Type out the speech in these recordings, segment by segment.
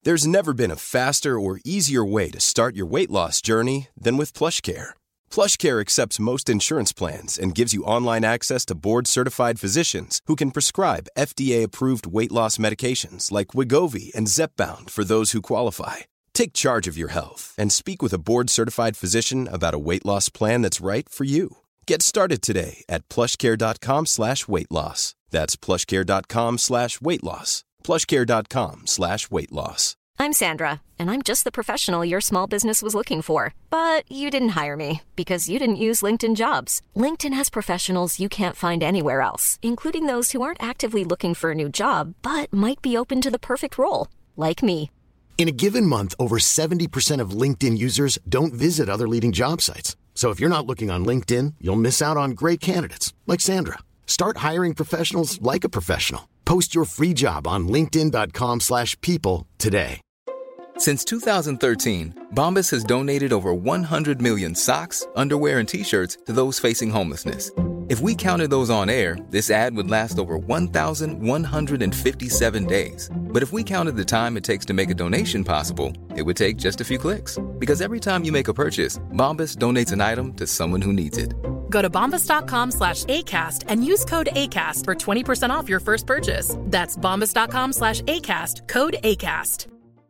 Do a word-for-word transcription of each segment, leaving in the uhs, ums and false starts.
There's never been a faster or easier way to start your weight loss journey than with PlushCare. PlushCare accepts most insurance plans and gives you online access to board-certified physicians who can prescribe F D A-approved weight loss medications like Wegovy and Zepbound for those who qualify. Take charge of your health and speak with a board-certified physician about a weight loss plan that's right for you. Get started today at plushcare.com slash weight loss. That's plushcare.com slash weight loss. plushcare.com slash weight loss. I'm Sandra, and I'm just the professional your small business was looking for. But you didn't hire me because you didn't use LinkedIn Jobs. LinkedIn has professionals you can't find anywhere else, including those who aren't actively looking for a new job, but might be open to the perfect role, like me. In a given month, over seventy percent of LinkedIn users don't visit other leading job sites. So if you're not looking on LinkedIn, you'll miss out on great candidates, like Sandra. Start hiring professionals like a professional. Post your free job on linkedin.com slash people today. Since two thousand thirteen, Bombas has donated over one hundred million socks, underwear, and T-shirts to those facing homelessness. If we counted those on air, this ad would last over one thousand one hundred fifty-seven days. But if we counted the time it takes to make a donation possible, it would take just a few clicks. Because every time you make a purchase, Bombas donates an item to someone who needs it. Go to bombas.com slash ACAST and use code ACAST for twenty percent off your first purchase. That's bombas.com slash ACAST, code ACAST.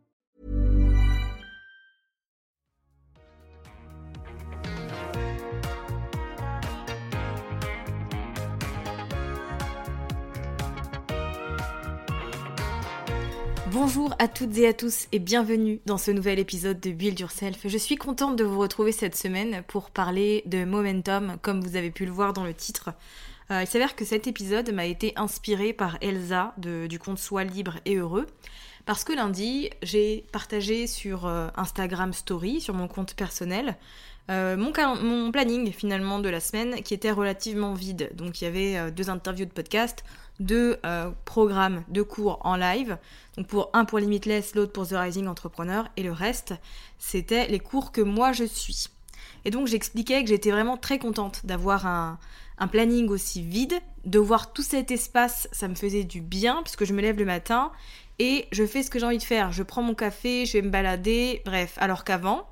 Bonjour à toutes et à tous et bienvenue dans ce nouvel épisode de Build Yourself. Je suis contente de vous retrouver cette semaine pour parler de momentum, comme vous avez pu le voir dans le titre. Euh, il s'avère que cet épisode m'a été inspiré par Elsa de, du compte Sois libre et heureux, parce que lundi, j'ai partagé sur euh, Instagram Story, sur mon compte personnel, euh, mon, cal- mon planning finalement de la semaine qui était relativement vide. Donc il y avait euh, deux interviews de podcast, deux euh, programmes de cours en live, donc pour un pour Limitless, l'autre pour The Rising Entrepreneur, et le reste, c'était les cours que moi je suis. Et donc j'expliquais que j'étais vraiment très contente d'avoir un, un planning aussi vide, de voir tout cet espace, ça me faisait du bien, puisque je me lève le matin, et je fais ce que j'ai envie de faire. Je prends mon café, je vais me balader, bref, alors qu'avant,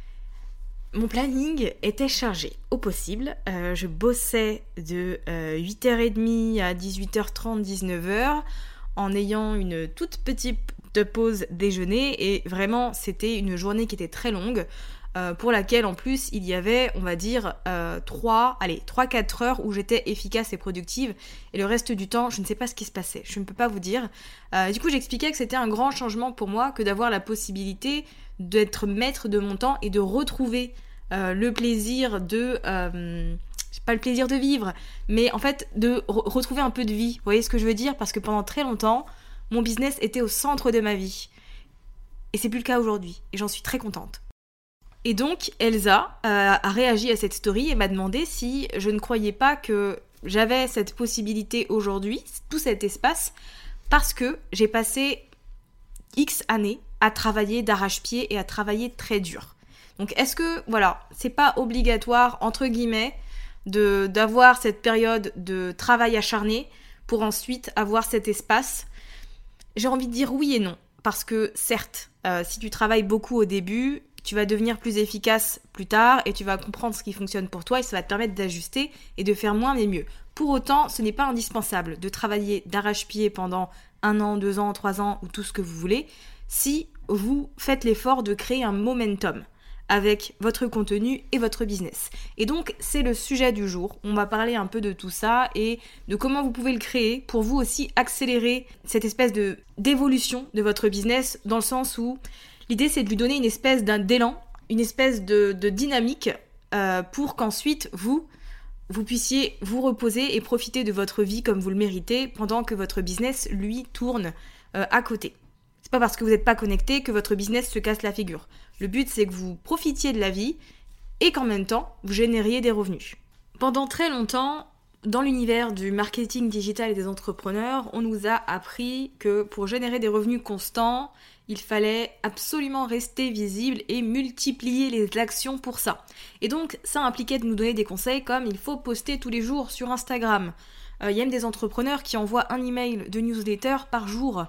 mon planning était chargé au possible. Euh, je bossais de euh, huit heures trente à dix-huit heures trente, dix-neuf heures en ayant une toute petite pause déjeuner, et vraiment c'était une journée qui était très longue euh, pour laquelle en plus il y avait, on va dire, euh, trois, allez, trois à quatre heures où j'étais efficace et productive, et le reste du temps je ne sais pas ce qui se passait, je ne peux pas vous dire. Euh, du coup j'expliquais que c'était un grand changement pour moi que d'avoir la possibilité d'être maître de mon temps et de retrouver euh, le plaisir de... Euh, pas le plaisir de vivre, mais en fait de re- retrouver un peu de vie. Vous voyez ce que je veux dire ? Parce que pendant très longtemps, mon business était au centre de ma vie. Et c'est plus le cas aujourd'hui. Et j'en suis très contente. Et donc, Elsa euh, a réagi à cette story et m'a demandé si je ne croyais pas que j'avais cette possibilité aujourd'hui, tout cet espace, parce que j'ai passé X années à travailler d'arrache-pied et à travailler très dur. Donc est-ce que, voilà, c'est pas obligatoire, entre guillemets, de, d'avoir cette période de travail acharné pour ensuite avoir cet espace ? J'ai envie de dire oui et non. Parce que certes, euh, si tu travailles beaucoup au début, tu vas devenir plus efficace plus tard et tu vas comprendre ce qui fonctionne pour toi et ça va te permettre d'ajuster et de faire moins mais mieux. Pour autant, ce n'est pas indispensable de travailler d'arrache-pied pendant un an, deux ans, trois ans ou tout ce que vous voulez si vous faites l'effort de créer un momentum avec votre contenu et votre business. Et donc, c'est le sujet du jour. On va parler un peu de tout ça et de comment vous pouvez le créer pour vous aussi accélérer cette espèce de, d'évolution de votre business, dans le sens où l'idée, c'est de lui donner une espèce d'un d'élan, une espèce de, de dynamique euh, pour qu'ensuite, vous, vous puissiez vous reposer et profiter de votre vie comme vous le méritez pendant que votre business, lui, tourne euh, à côté. C'est pas parce que vous n'êtes pas connecté que votre business se casse la figure. Le but, c'est que vous profitiez de la vie et qu'en même temps, vous génériez des revenus. Pendant très longtemps, dans l'univers du marketing digital et des entrepreneurs, on nous a appris que pour générer des revenus constants, il fallait absolument rester visible et multiplier les actions pour ça. Et donc, ça impliquait de nous donner des conseils comme il faut poster tous les jours sur Instagram. Il euh, y a même des entrepreneurs qui envoient un email de newsletter par jour.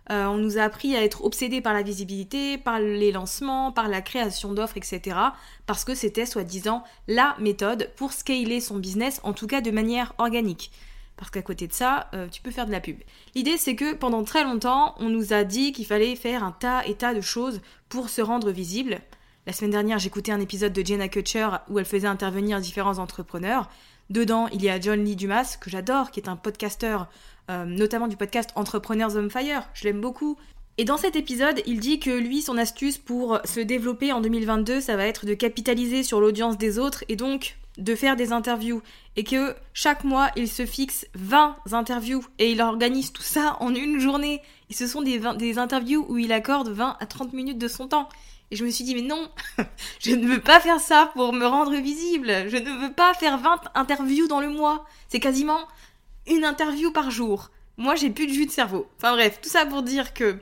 Euh, on nous a appris à être obsédés par la visibilité, par les lancements, par la création d'offres, et cetera. Parce que c'était soi-disant la méthode pour scaler son business, en tout cas de manière organique. Parce qu'à côté de ça, euh, tu peux faire de la pub. L'idée, c'est que pendant très longtemps, on nous a dit qu'il fallait faire un tas et tas de choses pour se rendre visible. La semaine dernière, j'écoutais un épisode de Jenna Kutcher où elle faisait intervenir différents entrepreneurs. Dedans, il y a John Lee Dumas, que j'adore, qui est un podcasteur, euh, notamment du podcast Entrepreneurs on Fire. Je l'aime beaucoup. Et dans cet épisode, il dit que lui, son astuce pour se développer en deux mille vingt-deux, ça va être de capitaliser sur l'audience des autres et donc de faire des interviews. Et que chaque mois, il se fixe vingt interviews et il organise tout ça en une journée. Et ce sont des, vingt, des interviews où il accorde vingt à trente minutes de son temps. Et je me suis dit, mais non, je ne veux pas faire ça pour me rendre visible. Je ne veux pas faire vingt interviews dans le mois. C'est quasiment une interview par jour. Moi, j'ai plus de jus de cerveau. Enfin bref, tout ça pour dire que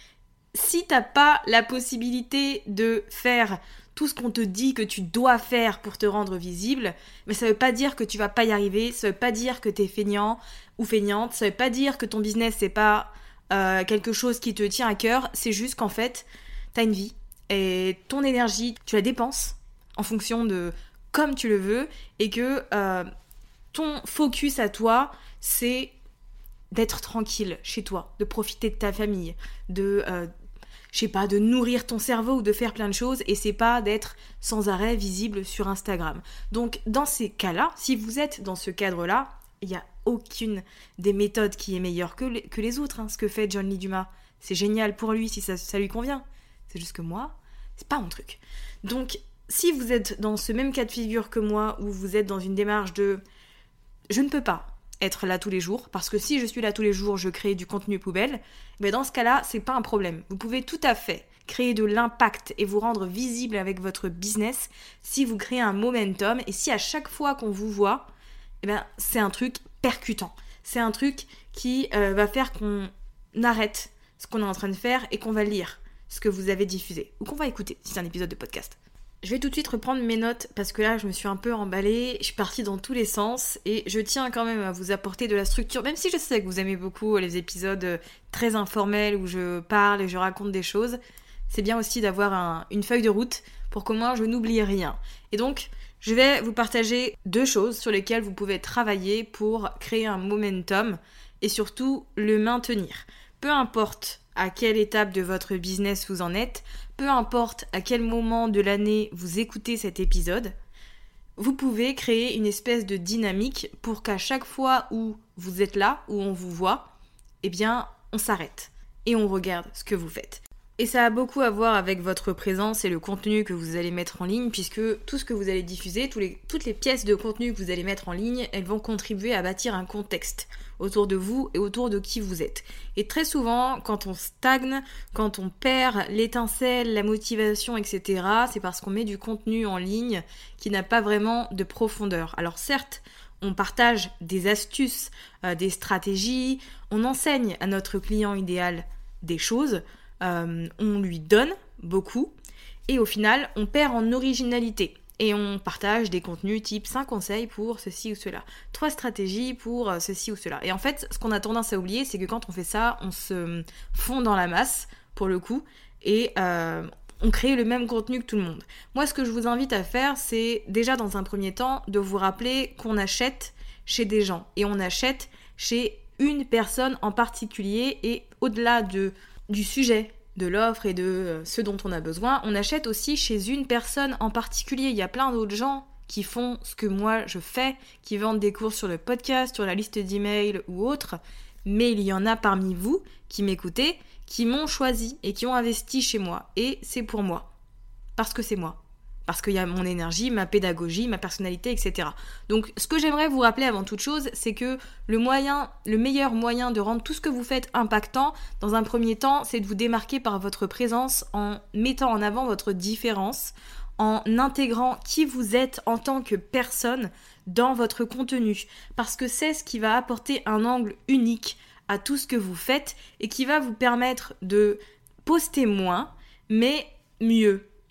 si t'as pas la possibilité de faire tout ce qu'on te dit que tu dois faire pour te rendre visible, mais ça veut pas dire que tu vas pas y arriver, ça veut pas dire que t'es feignant ou feignante, ça veut pas dire que ton business c'est pas euh, quelque chose qui te tient à cœur, c'est juste qu'en fait, t'as une vie et ton énergie, tu la dépenses en fonction de comme tu le veux et que euh, ton focus à toi, c'est d'être tranquille chez toi, de profiter de ta famille, de... Euh, je sais pas, de nourrir ton cerveau ou de faire plein de choses et c'est pas d'être sans arrêt visible sur Instagram. Donc dans ces cas-là, si vous êtes dans ce cadre-là, il n'y a aucune des méthodes qui est meilleure que les, que les autres. Hein. Ce que fait John Lee Dumas, c'est génial pour lui si ça, ça lui convient. C'est juste que moi, c'est pas mon truc. Donc si vous êtes dans ce même cas de figure que moi où vous êtes dans une démarche de « je ne peux pas », être là tous les jours, parce que si je suis là tous les jours, je crée du contenu poubelle, mais dans ce cas-là, c'est pas un problème. Vous pouvez tout à fait créer de l'impact et vous rendre visible avec votre business si vous créez un momentum et si à chaque fois qu'on vous voit, eh ben, c'est un truc percutant. C'est un truc qui euh, va faire qu'on arrête ce qu'on est en train de faire et qu'on va lire ce que vous avez diffusé ou qu'on va écouter si c'est un épisode de podcast. Je vais tout de suite reprendre mes notes parce que là je me suis un peu emballée, je suis partie dans tous les sens et je tiens quand même à vous apporter de la structure, même si je sais que vous aimez beaucoup les épisodes très informels où je parle et je raconte des choses, c'est bien aussi d'avoir un, une feuille de route pour qu'au moins je n'oublie rien. Et donc je vais vous partager deux choses sur lesquelles vous pouvez travailler pour créer un momentum et surtout le maintenir. Peu importe à quelle étape de votre business vous en êtes, peu importe à quel moment de l'année vous écoutez cet épisode, vous pouvez créer une espèce de dynamique pour qu'à chaque fois où vous êtes là, où on vous voit, eh bien, on s'arrête et on regarde ce que vous faites. Et ça a beaucoup à voir avec votre présence et le contenu que vous allez mettre en ligne, puisque tout ce que vous allez diffuser, tous les, toutes les pièces de contenu que vous allez mettre en ligne, elles vont contribuer à bâtir un contexte autour de vous et autour de qui vous êtes. Et très souvent, quand on stagne, quand on perd l'étincelle, la motivation, et cetera, c'est parce qu'on met du contenu en ligne qui n'a pas vraiment de profondeur. Alors certes, on partage des astuces, euh, des stratégies, on enseigne à notre client idéal des choses, Euh, on lui donne beaucoup et au final on perd en originalité et on partage des contenus type cinq conseils pour ceci ou cela, trois stratégies pour ceci ou cela. Et en fait ce qu'on a tendance à oublier, c'est que quand on fait ça, on se fond dans la masse pour le coup et euh, on crée le même contenu que tout le monde. Moi ce que je vous invite à faire, c'est déjà dans un premier temps de vous rappeler qu'on achète chez des gens et on achète chez une personne en particulier et au-delà de du sujet, de l'offre et de ce dont on a besoin, on achète aussi chez une personne en particulier. Il y a plein d'autres gens qui font ce que moi je fais, qui vendent des cours sur le podcast, sur la liste d'emails ou autre, mais il y en a parmi vous qui m'écoutez, qui m'ont choisi et qui ont investi chez moi. Et c'est pour moi. Parce que c'est moi. Parce qu'il y a mon énergie, ma pédagogie, ma personnalité, et cetera. Donc, ce que j'aimerais vous rappeler avant toute chose, c'est que le moyen, le meilleur moyen de rendre tout ce que vous faites impactant, dans un premier temps, c'est de vous démarquer par votre présence en mettant en avant votre différence, en intégrant qui vous êtes en tant que personne dans votre contenu. Parce que c'est ce qui va apporter un angle unique à tout ce que vous faites et qui va vous permettre de poster moins, mais mieux.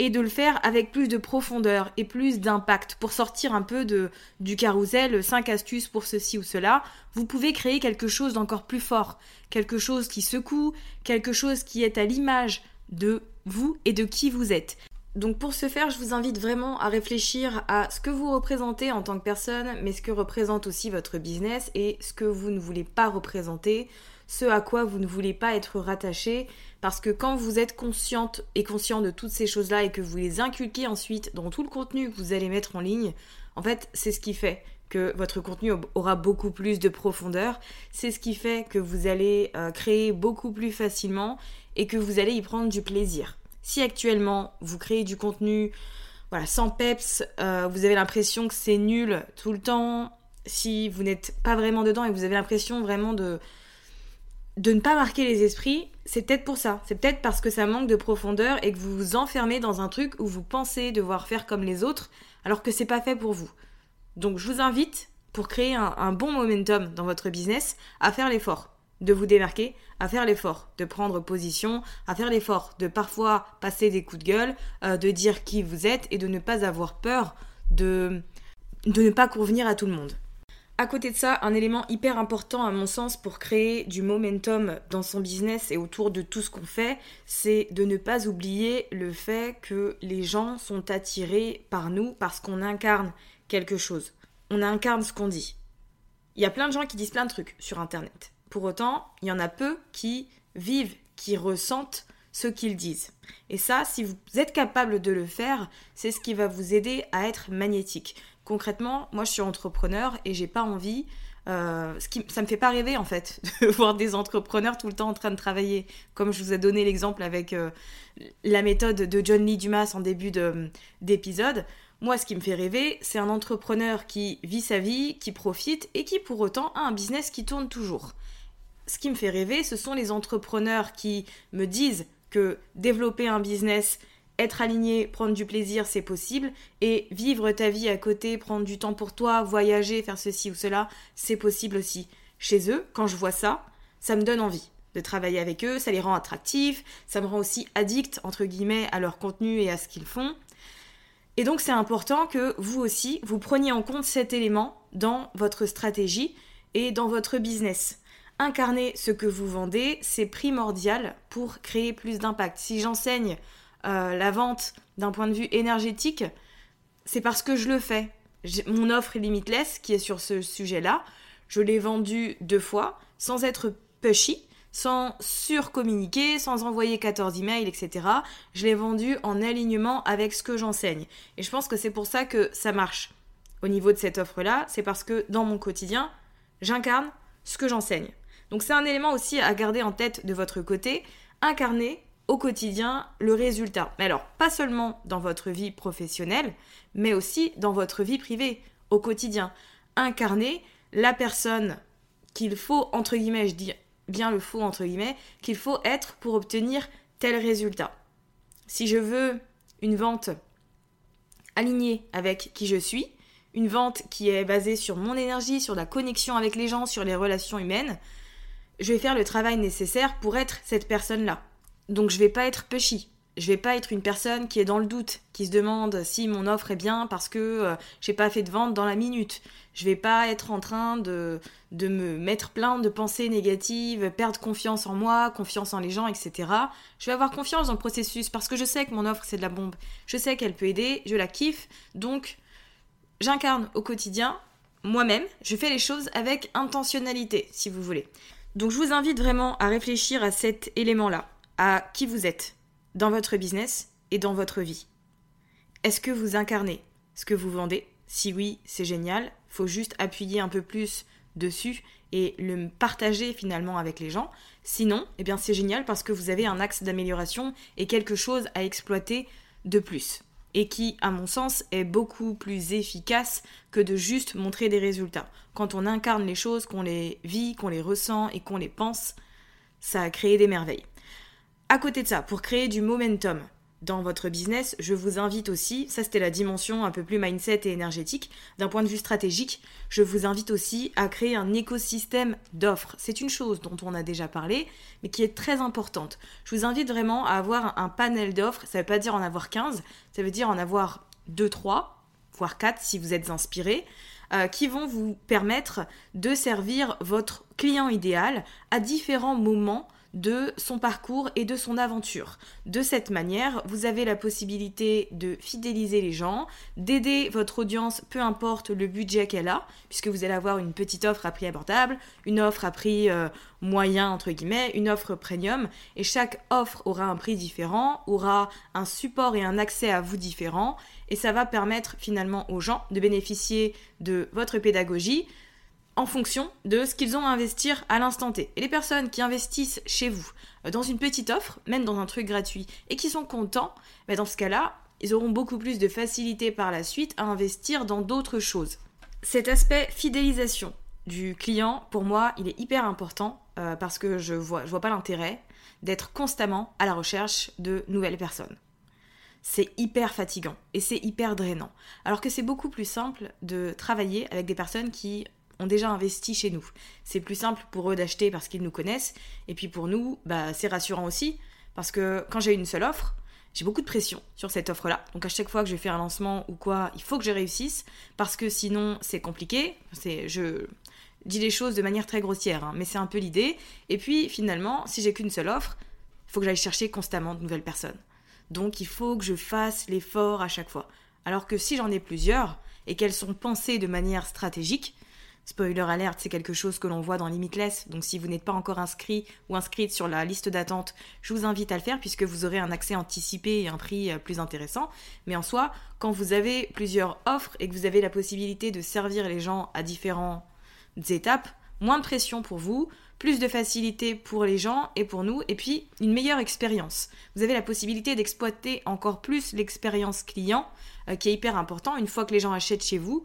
et de le faire avec plus de profondeur et plus d'impact. Pour sortir un peu de, du carrousel, cinq astuces pour ceci ou cela, vous pouvez créer quelque chose d'encore plus fort, quelque chose qui secoue, quelque chose qui est à l'image de vous et de qui vous êtes. Donc pour ce faire, je vous invite vraiment à réfléchir à ce que vous représentez en tant que personne, mais ce que représente aussi votre business et ce que vous ne voulez pas représenter, ce à quoi vous ne voulez pas être rattaché, parce que quand vous êtes consciente et conscient de toutes ces choses-là et que vous les inculquez ensuite dans tout le contenu que vous allez mettre en ligne, en fait, c'est ce qui fait que votre contenu aura beaucoup plus de profondeur, c'est ce qui fait que vous allez euh, créer beaucoup plus facilement et que vous allez y prendre du plaisir. Si actuellement vous créez du contenu voilà, sans peps, euh, vous avez l'impression que c'est nul tout le temps, si vous n'êtes pas vraiment dedans et que vous avez l'impression vraiment de, de ne pas marquer les esprits, c'est peut-être pour ça. C'est peut-être parce que ça manque de profondeur et que vous vous enfermez dans un truc où vous pensez devoir faire comme les autres alors que c'est pas fait pour vous. Donc je vous invite, pour créer un, un bon momentum dans votre business, à faire l'effort de vous démarquer, à faire l'effort de prendre position, à faire l'effort de parfois passer des coups de gueule, euh, de dire qui vous êtes et de ne pas avoir peur de, de ne pas convenir à tout le monde. À côté de ça, un élément hyper important à mon sens pour créer du momentum dans son business et autour de tout ce qu'on fait, c'est de ne pas oublier le fait que les gens sont attirés par nous parce qu'on incarne quelque chose. On incarne ce qu'on dit. Il y a plein de gens qui disent plein de trucs sur Internet. Pour autant, il y en a peu qui vivent, qui ressentent ce qu'ils disent. Et ça, si vous êtes capable de le faire, c'est ce qui va vous aider à être magnétique. Concrètement, moi je suis entrepreneur et j'ai pas envie, euh, ce qui, ça me fait pas rêver en fait, de voir des entrepreneurs tout le temps en train de travailler. Comme je vous ai donné l'exemple avec euh, la méthode de John Lee Dumas en début de, d'épisode. Moi, ce qui me fait rêver, c'est un entrepreneur qui vit sa vie, qui profite et qui pour autant a un business qui tourne toujours. Ce qui me fait rêver, ce sont les entrepreneurs qui me disent que développer un business, être aligné, prendre du plaisir, c'est possible, et vivre ta vie à côté, prendre du temps pour toi, voyager, faire ceci ou cela, c'est possible aussi. Chez eux, quand je vois ça, ça me donne envie de travailler avec eux, ça les rend attractifs, ça me rend aussi addict, entre guillemets, à leur contenu et à ce qu'ils font. Et donc c'est important que vous aussi, vous preniez en compte cet élément dans votre stratégie et dans votre business. Incarner ce que vous vendez, c'est primordial pour créer plus d'impact. Si j'enseigne euh, la vente d'un point de vue énergétique, c'est parce que je le fais. J'ai, mon offre Limitless, qui est sur ce sujet-là, je l'ai vendue deux fois, sans être pushy, sans surcommuniquer, sans envoyer quatorze emails, et cetera. Je l'ai vendue en alignement avec ce que j'enseigne. Et je pense que c'est pour ça que ça marche. Au niveau de cette offre-là, c'est parce que dans mon quotidien, j'incarne ce que j'enseigne. Donc c'est un élément aussi à garder en tête de votre côté, incarner au quotidien le résultat. Mais alors, pas seulement dans votre vie professionnelle, mais aussi dans votre vie privée, au quotidien. Incarner la personne qu'il faut, entre guillemets, je dis bien le faux, entre guillemets, qu'il faut être pour obtenir tel résultat. Si je veux une vente alignée avec qui je suis, une vente qui est basée sur mon énergie, sur la connexion avec les gens, sur les relations humaines, je vais faire le travail nécessaire pour être cette personne-là. Donc je vais pas être pushy. Je vais pas être une personne qui est dans le doute, qui se demande si mon offre est bien parce que euh, j'ai pas fait de vente dans la minute. Je vais pas être en train de, de me mettre plein de pensées négatives, perdre confiance en moi, confiance en les gens, et cetera. Je vais avoir confiance dans le processus parce que je sais que mon offre c'est de la bombe. Je sais qu'elle peut aider, je la kiffe, donc j'incarne au quotidien moi-même. Je fais les choses avec intentionnalité, si vous voulez. Donc je vous invite vraiment à réfléchir à cet élément-là, à qui vous êtes dans votre business et dans votre vie. Est-ce que vous incarnez ce que vous vendez ? Si oui, c'est génial. Il faut juste appuyer un peu plus dessus et le partager finalement avec les gens. Sinon, eh bien c'est génial parce que vous avez un axe d'amélioration et quelque chose à exploiter de plus. Et qui, à mon sens, est beaucoup plus efficace que de juste montrer des résultats. Quand on incarne les choses, qu'on les vit, qu'on les ressent et qu'on les pense, ça a créé des merveilles. À côté de ça, pour créer du momentum, dans votre business, je vous invite aussi, ça c'était la dimension un peu plus mindset et énergétique, d'un point de vue stratégique, je vous invite aussi à créer un écosystème d'offres. C'est une chose dont on a déjà parlé, mais qui est très importante. Je vous invite vraiment à avoir un panel d'offres, ça ne veut pas dire en avoir quinze, ça veut dire en avoir deux, trois, voire quatre si vous êtes inspiré, euh, qui vont vous permettre de servir votre client idéal à différents moments de son parcours et de son aventure. De cette manière, vous avez la possibilité de fidéliser les gens, d'aider votre audience, peu importe le budget qu'elle a, puisque vous allez avoir une petite offre à prix abordable, une offre à prix euh, moyen, entre guillemets, une offre premium, et chaque offre aura un prix différent, aura un support et un accès à vous différents, et ça va permettre finalement aux gens de bénéficier de votre pédagogie, en fonction de ce qu'ils ont à investir à l'instant T. Et les personnes qui investissent chez vous dans une petite offre, même dans un truc gratuit, et qui sont contents, bah dans ce cas-là, ils auront beaucoup plus de facilité par la suite à investir dans d'autres choses. Cet aspect fidélisation du client, pour moi, il est hyper important euh, parce que je vois, je vois pas l'intérêt d'être constamment à la recherche de nouvelles personnes. C'est hyper fatigant et c'est hyper drainant. Alors que c'est beaucoup plus simple de travailler avec des personnes qui ont déjà investi chez nous. C'est plus simple pour eux d'acheter parce qu'ils nous connaissent, et puis pour nous, bah, c'est rassurant aussi, parce que quand j'ai une seule offre, j'ai beaucoup de pression sur cette offre-là. Donc à chaque fois que je fais un lancement ou quoi, il faut que je réussisse, parce que sinon c'est compliqué. C'est, je dis les choses de manière très grossière, hein, mais c'est un peu l'idée. Et puis finalement, si j'ai qu'une seule offre, il faut que j'aille chercher constamment de nouvelles personnes. Donc il faut que je fasse l'effort à chaque fois. Alors que si j'en ai plusieurs, et qu'elles sont pensées de manière stratégique, spoiler alert, c'est quelque chose que l'on voit dans Limitless, donc si vous n'êtes pas encore inscrit ou inscrite sur la liste d'attente, je vous invite à le faire puisque vous aurez un accès anticipé et un prix plus intéressant. Mais en soi, quand vous avez plusieurs offres et que vous avez la possibilité de servir les gens à différentes étapes, moins de pression pour vous, plus de facilité pour les gens et pour nous, et puis une meilleure expérience. Vous avez la possibilité d'exploiter encore plus l'expérience client, euh, qui est hyper important. Une fois que les gens achètent chez vous,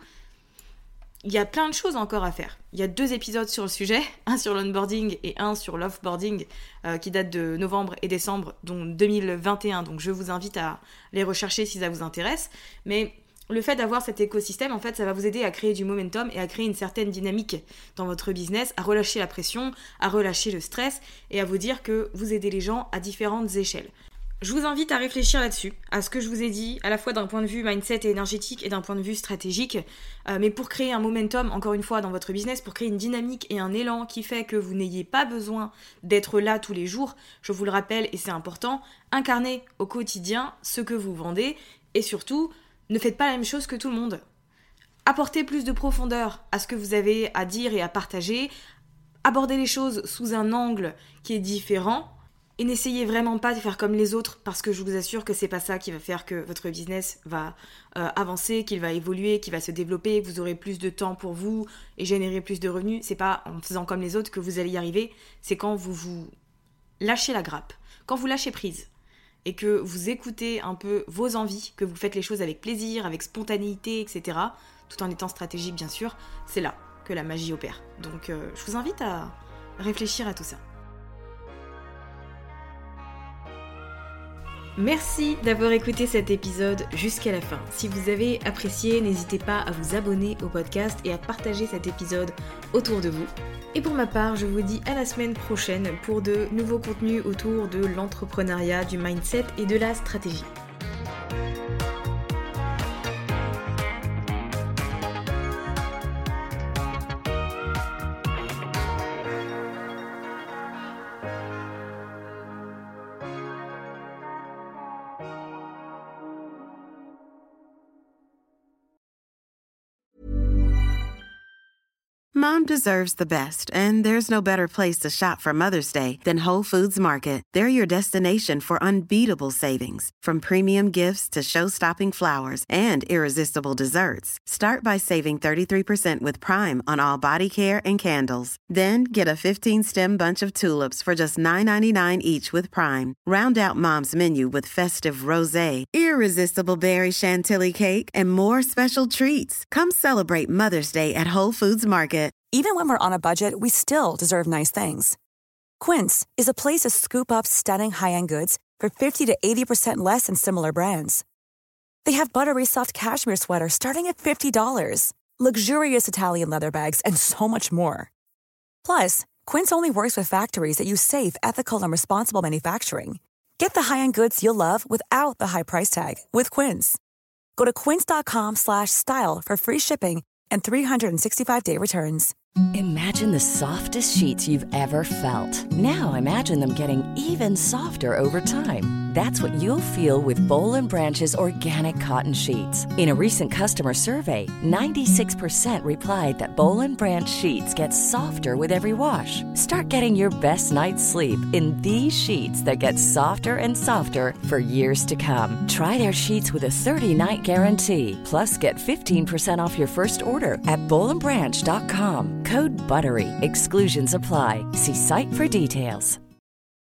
il y a plein de choses encore à faire. Il y a deux épisodes sur le sujet, un sur l'onboarding et un sur l'offboarding euh, qui datent de novembre et décembre dont deux mille vingt et un. Donc je vous invite à les rechercher si ça vous intéresse. Mais le fait d'avoir cet écosystème, en fait, ça va vous aider à créer du momentum et à créer une certaine dynamique dans votre business, à relâcher la pression, à relâcher le stress et à vous dire que vous aidez les gens à différentes échelles. Je vous invite à réfléchir là-dessus, à ce que je vous ai dit, à la fois d'un point de vue mindset et énergétique et d'un point de vue stratégique, euh, mais pour créer un momentum, encore une fois, dans votre business, pour créer une dynamique et un élan qui fait que vous n'ayez pas besoin d'être là tous les jours, je vous le rappelle et c'est important, incarnez au quotidien ce que vous vendez et surtout, ne faites pas la même chose que tout le monde. Apportez plus de profondeur à ce que vous avez à dire et à partager, abordez les choses sous un angle qui est différent, et n'essayez vraiment pas de faire comme les autres parce que je vous assure que c'est pas ça qui va faire que votre business va euh, avancer, qu'il va évoluer, qu'il va se développer, que vous aurez plus de temps pour vous et générer plus de revenus. C'est pas en faisant comme les autres que vous allez y arriver, c'est quand vous vous lâchez la grappe, quand vous lâchez prise et que vous écoutez un peu vos envies, que vous faites les choses avec plaisir, avec spontanéité, et cetera, tout en étant stratégique bien sûr, c'est là que la magie opère. Donc euh, je vous invite à réfléchir à tout ça. Merci d'avoir écouté cet épisode jusqu'à la fin. Si vous avez apprécié, n'hésitez pas à vous abonner au podcast et à partager cet épisode autour de vous. Et pour ma part, je vous dis à la semaine prochaine pour de nouveaux contenus autour de l'entrepreneuriat, du mindset et de la stratégie. Mom deserves the best, and there's no better place to shop for Mother's Day than Whole Foods Market. They're your destination for unbeatable savings, from premium gifts to show-stopping flowers and irresistible desserts. Start by saving thirty-three percent with Prime on all body care and candles. Then get a fifteen-stem bunch of tulips for just nine ninety-nine each with Prime. Round out Mom's menu with festive rosé, irresistible berry chantilly cake, and more special treats. Come celebrate Mother's Day at Whole Foods Market. Even when we're on a budget, we still deserve nice things. Quince is a place to scoop up stunning high-end goods for fifty to eighty percent less than similar brands. They have buttery soft cashmere sweaters starting at fifty dollars, luxurious Italian leather bags, and so much more. Plus, Quince only works with factories that use safe, ethical, and responsible manufacturing. Get the high-end goods you'll love without the high price tag with Quince. Go to quince.com slash style for free shipping and three sixty-five day returns. Imagine the softest sheets you've ever felt. Now imagine them getting even softer over time. That's what you'll feel with Boll and Branch's organic cotton sheets. In a recent customer survey, ninety-six percent replied that Boll and Branch sheets get softer with every wash. Start getting your best night's sleep in these sheets that get softer and softer for years to come. Try their sheets with a thirty-night guarantee. Plus, get fifteen percent off your first order at boll and branch dot com. Code BUTTERY. Exclusions apply. See site for details.